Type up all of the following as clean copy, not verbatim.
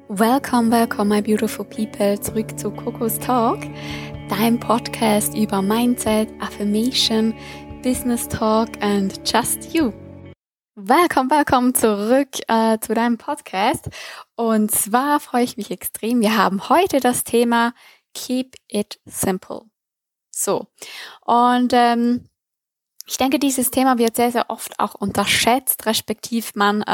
Welcome, my beautiful people, zurück zu Coco's Talk, deinem Podcast über Mindset, Affirmation, Business Talk and just you. Welcome zurück zu deinem Podcast. Und zwar freue ich mich extrem. Wir haben heute das Thema Keep it simple. So, und ich denke, dieses Thema wird sehr, sehr oft auch unterschätzt, respektiv man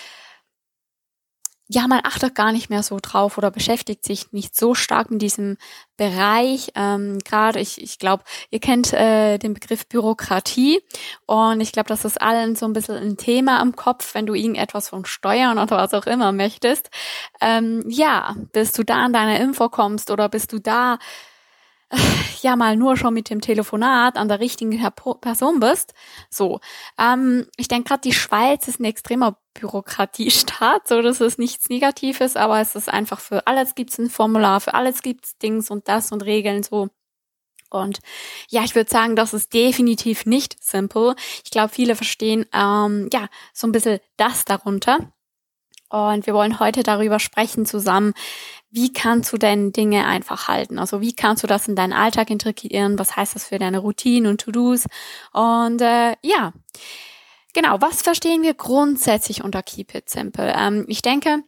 achtet gar nicht mehr so drauf oder beschäftigt sich nicht so stark mit diesem Bereich. Gerade, ich glaube, ihr kennt den Begriff Bürokratie und ich glaube, das ist allen so ein bisschen ein Thema im Kopf, wenn du irgendetwas von Steuern oder was auch immer möchtest. Bis du da an deine Info kommst oder bis du da mal nur schon mit dem Telefonat an der richtigen Person bist. So, ich denke gerade, die Schweiz ist ein extremer Bürokratiestaat, so das ist nichts Negatives, aber es ist einfach für alles gibt's ein Formular, für alles gibt's Dings und das und Regeln so. Und ja, ich würde sagen, das ist definitiv nicht simple. Ich glaube, viele verstehen so ein bisschen das darunter. Und wir wollen heute darüber sprechen zusammen, wie kannst du denn Dinge einfach halten? Also wie kannst du das in deinen Alltag integrieren? Was heißt das für deine Routinen und To-Dos? Und was verstehen wir grundsätzlich unter Keep it simple? Ich denke,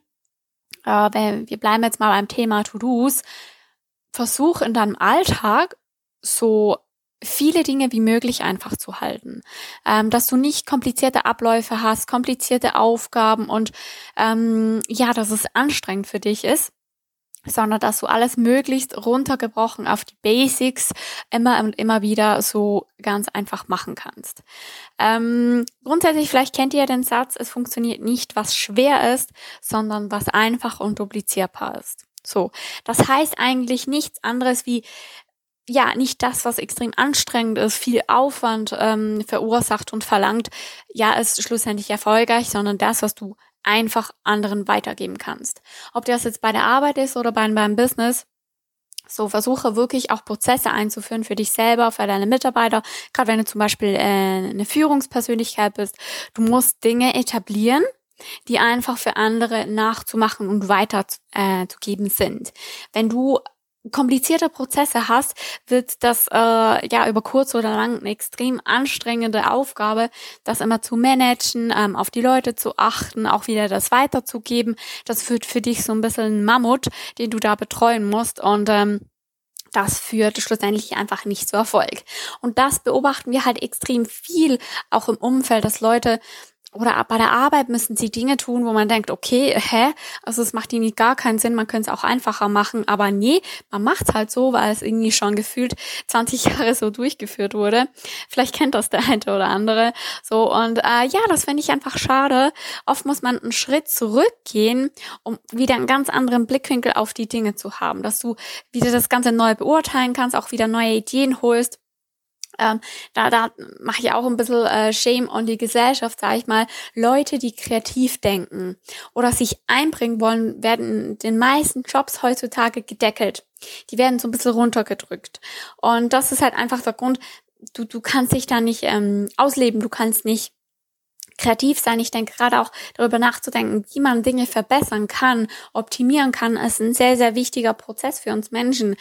wir bleiben jetzt mal beim Thema To-Dos. Versuch in deinem Alltag so viele Dinge wie möglich einfach zu halten, dass du nicht komplizierte Abläufe hast, komplizierte Aufgaben und dass es anstrengend für dich ist, sondern dass du alles möglichst runtergebrochen auf die Basics immer und immer wieder so ganz einfach machen kannst. Grundsätzlich, vielleicht kennt ihr den Satz, es funktioniert nicht, was schwer ist, sondern was einfach und duplizierbar ist. So, das heißt eigentlich nichts anderes wie nicht das, was extrem anstrengend ist, viel Aufwand verursacht und verlangt, ist schlussendlich erfolgreich, sondern das, was du einfach anderen weitergeben kannst. Ob das jetzt bei der Arbeit ist oder beim Business, so versuche wirklich auch Prozesse einzuführen für dich selber, für deine Mitarbeiter, gerade wenn du zum Beispiel eine Führungspersönlichkeit bist. Du musst Dinge etablieren, die einfach für andere nachzumachen und weiterzugeben sind. Wenn du komplizierte Prozesse hast, wird das über kurz oder lang eine extrem anstrengende Aufgabe, das immer zu managen, auf die Leute zu achten, auch wieder das weiterzugeben. Das wird für dich so ein bisschen ein Mammut, den du da betreuen musst und das führt schlussendlich einfach nicht zu Erfolg. Und das beobachten wir halt extrem viel, auch im Umfeld, dass Leute oder bei der Arbeit müssen sie Dinge tun, wo man denkt, okay, also es macht irgendwie gar keinen Sinn, man könnte es auch einfacher machen, aber nee, man macht es halt so, weil es irgendwie schon gefühlt 20 Jahre so durchgeführt wurde. Vielleicht kennt das der eine oder andere. So und das finde ich einfach schade. Oft muss man einen Schritt zurückgehen, um wieder einen ganz anderen Blickwinkel auf die Dinge zu haben, dass du wieder das Ganze neu beurteilen kannst, auch wieder neue Ideen holst. Da mache ich auch ein bisschen Shame on die Gesellschaft, sage ich mal. Leute, die kreativ denken oder sich einbringen wollen, werden in den meisten Jobs heutzutage gedeckelt. Die werden so ein bisschen runtergedrückt. Und das ist halt einfach der Grund, du kannst dich da nicht ausleben, du kannst nicht kreativ sein. Ich denke gerade auch darüber nachzudenken, wie man Dinge verbessern kann, optimieren kann, ist ein sehr, sehr wichtiger Prozess für uns Menschen.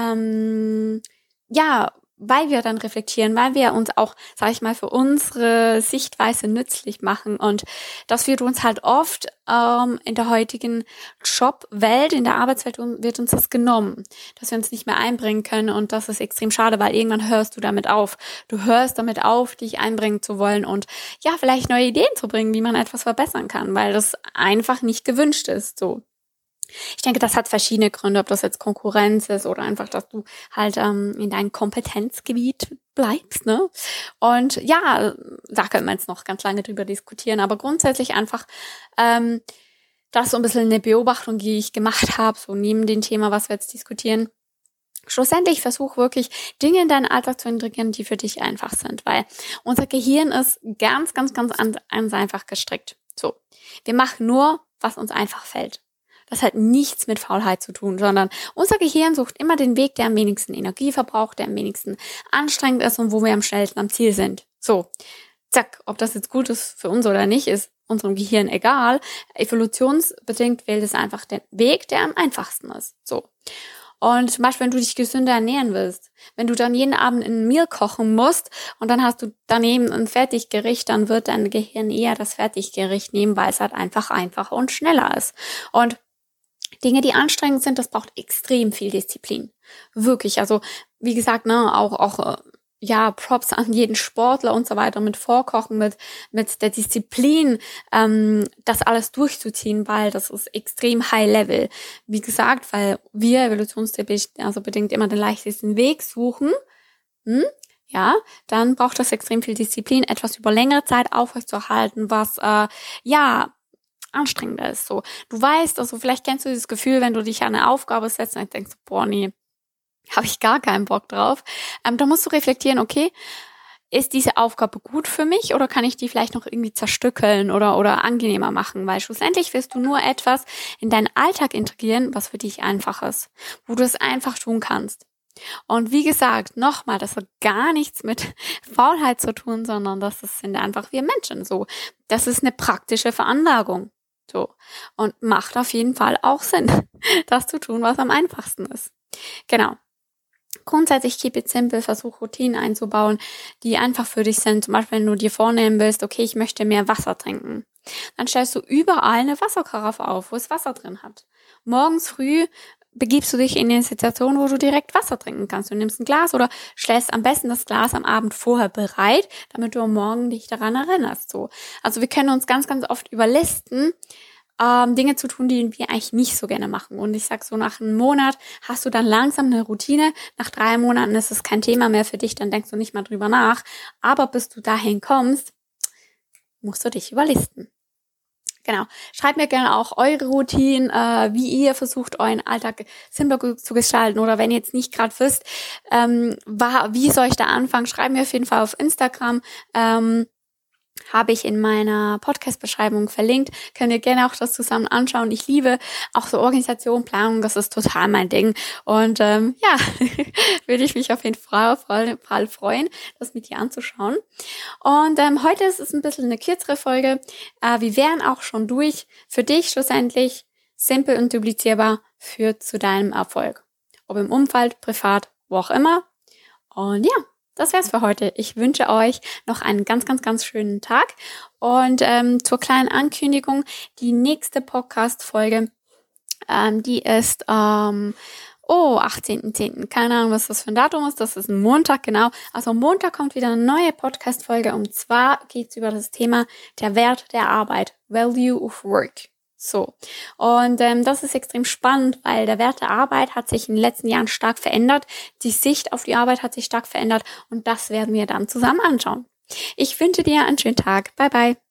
Weil wir dann reflektieren, weil wir uns auch, sag ich mal, für unsere Sichtweise nützlich machen. Und das wird uns halt oft in der heutigen Jobwelt, in der Arbeitswelt wird uns das genommen, dass wir uns nicht mehr einbringen können. Und das ist extrem schade, weil irgendwann hörst du damit auf. Du hörst damit auf, dich einbringen zu wollen und vielleicht neue Ideen zu bringen, wie man etwas verbessern kann, weil das einfach nicht gewünscht ist, so. Ich denke, das hat verschiedene Gründe, ob das jetzt Konkurrenz ist oder einfach, dass du halt in deinem Kompetenzgebiet bleibst, ne? Und da können wir jetzt noch ganz lange drüber diskutieren, aber grundsätzlich einfach das ist so ein bisschen eine Beobachtung, die ich gemacht habe, so neben dem Thema, was wir jetzt diskutieren. Schlussendlich versuch wirklich Dinge in deinen Alltag zu integrieren, die für dich einfach sind, weil unser Gehirn ist ganz, ganz, ganz einfach gestrickt. So, wir machen nur, was uns einfach fällt. Das hat nichts mit Faulheit zu tun, sondern unser Gehirn sucht immer den Weg, der am wenigsten Energie verbraucht, der am wenigsten anstrengend ist und wo wir am schnellsten am Ziel sind. So, zack, ob das jetzt gut ist für uns oder nicht, ist unserem Gehirn egal. Evolutionsbedingt wählt es einfach den Weg, der am einfachsten ist. So. Und zum Beispiel, wenn du dich gesünder ernähren willst, wenn du dann jeden Abend ein Meal kochen musst und dann hast du daneben ein Fertiggericht, dann wird dein Gehirn eher das Fertiggericht nehmen, weil es halt einfach einfacher und schneller ist. Und Dinge, die anstrengend sind, das braucht extrem viel Disziplin. Wirklich. Also, wie gesagt, Props an jeden Sportler und so weiter mit Vorkochen, mit der Disziplin, das alles durchzuziehen, weil das ist extrem high level. Wie gesagt, weil wir evolutionstypisch, also bedingt immer den leichtesten Weg suchen, dann braucht das extrem viel Disziplin, etwas über längere Zeit aufrechtzuerhalten, was, anstrengender ist. So, du weißt, also vielleicht kennst du dieses Gefühl, wenn du dich an eine Aufgabe setzt und denkst, boah, nee, habe ich gar keinen Bock drauf. Da musst du reflektieren, okay, ist diese Aufgabe gut für mich oder kann ich die vielleicht noch irgendwie zerstückeln oder angenehmer machen? Weil schlussendlich wirst du nur etwas in deinen Alltag integrieren, was für dich einfach ist, wo du es einfach tun kannst. Und wie gesagt, nochmal, das hat gar nichts mit Faulheit zu tun, sondern sind einfach wir Menschen so. Das ist eine praktische Veranlagung. So. Und macht auf jeden Fall auch Sinn, das zu tun, was am einfachsten ist. Genau. Grundsätzlich keep it simple, versuch Routinen einzubauen, die einfach für dich sind. Zum Beispiel, wenn du dir vornehmen willst, okay, ich möchte mehr Wasser trinken. Dann stellst du überall eine Wasserkaraffe auf, wo es Wasser drin hat. Morgens früh begibst du dich in eine Situation, wo du direkt Wasser trinken kannst. Du nimmst ein Glas oder stellst am besten das Glas am Abend vorher bereit, damit du am Morgen dich daran erinnerst. So. Also wir können uns ganz, ganz oft überlisten, Dinge zu tun, die wir eigentlich nicht so gerne machen. Und ich sag so, nach einem Monat hast du dann langsam eine Routine. Nach 3 Monaten ist es kein Thema mehr für dich, dann denkst du nicht mal drüber nach. Aber bis du dahin kommst, musst du dich überlisten. Genau. Schreibt mir gerne auch eure Routinen, wie ihr versucht, euren Alltag simpler zu gestalten. Oder wenn ihr jetzt nicht gerade wisst, wie soll ich da anfangen, schreibt mir auf jeden Fall auf Instagram. Habe ich in meiner Podcast-Beschreibung verlinkt. Könnt ihr gerne auch das zusammen anschauen. Ich liebe auch so Organisation, Planung, das ist total mein Ding. Und würde ich mich auf jeden Fall freuen, das mit dir anzuschauen. Und heute ist es ein bisschen eine kürzere Folge. Wir wären auch schon durch. Für dich schlussendlich simpel und duplizierbar führt zu deinem Erfolg. Ob im Umfeld, privat, wo auch immer. Und ja, das wär's für heute. Ich wünsche euch noch einen ganz, ganz, ganz schönen Tag. Und zur kleinen Ankündigung, die nächste Podcast-Folge, die ist 18.10. Keine Ahnung, was das für ein Datum ist. Das ist ein Montag, genau. Also Montag kommt wieder eine neue Podcast-Folge. Und zwar geht's über das Thema der Wert der Arbeit. Value of Work. So. Und das ist extrem spannend, weil der Wert der Arbeit hat sich in den letzten Jahren stark verändert. Die Sicht auf die Arbeit hat sich stark verändert und das werden wir dann zusammen anschauen. Ich wünsche dir einen schönen Tag. Bye, bye.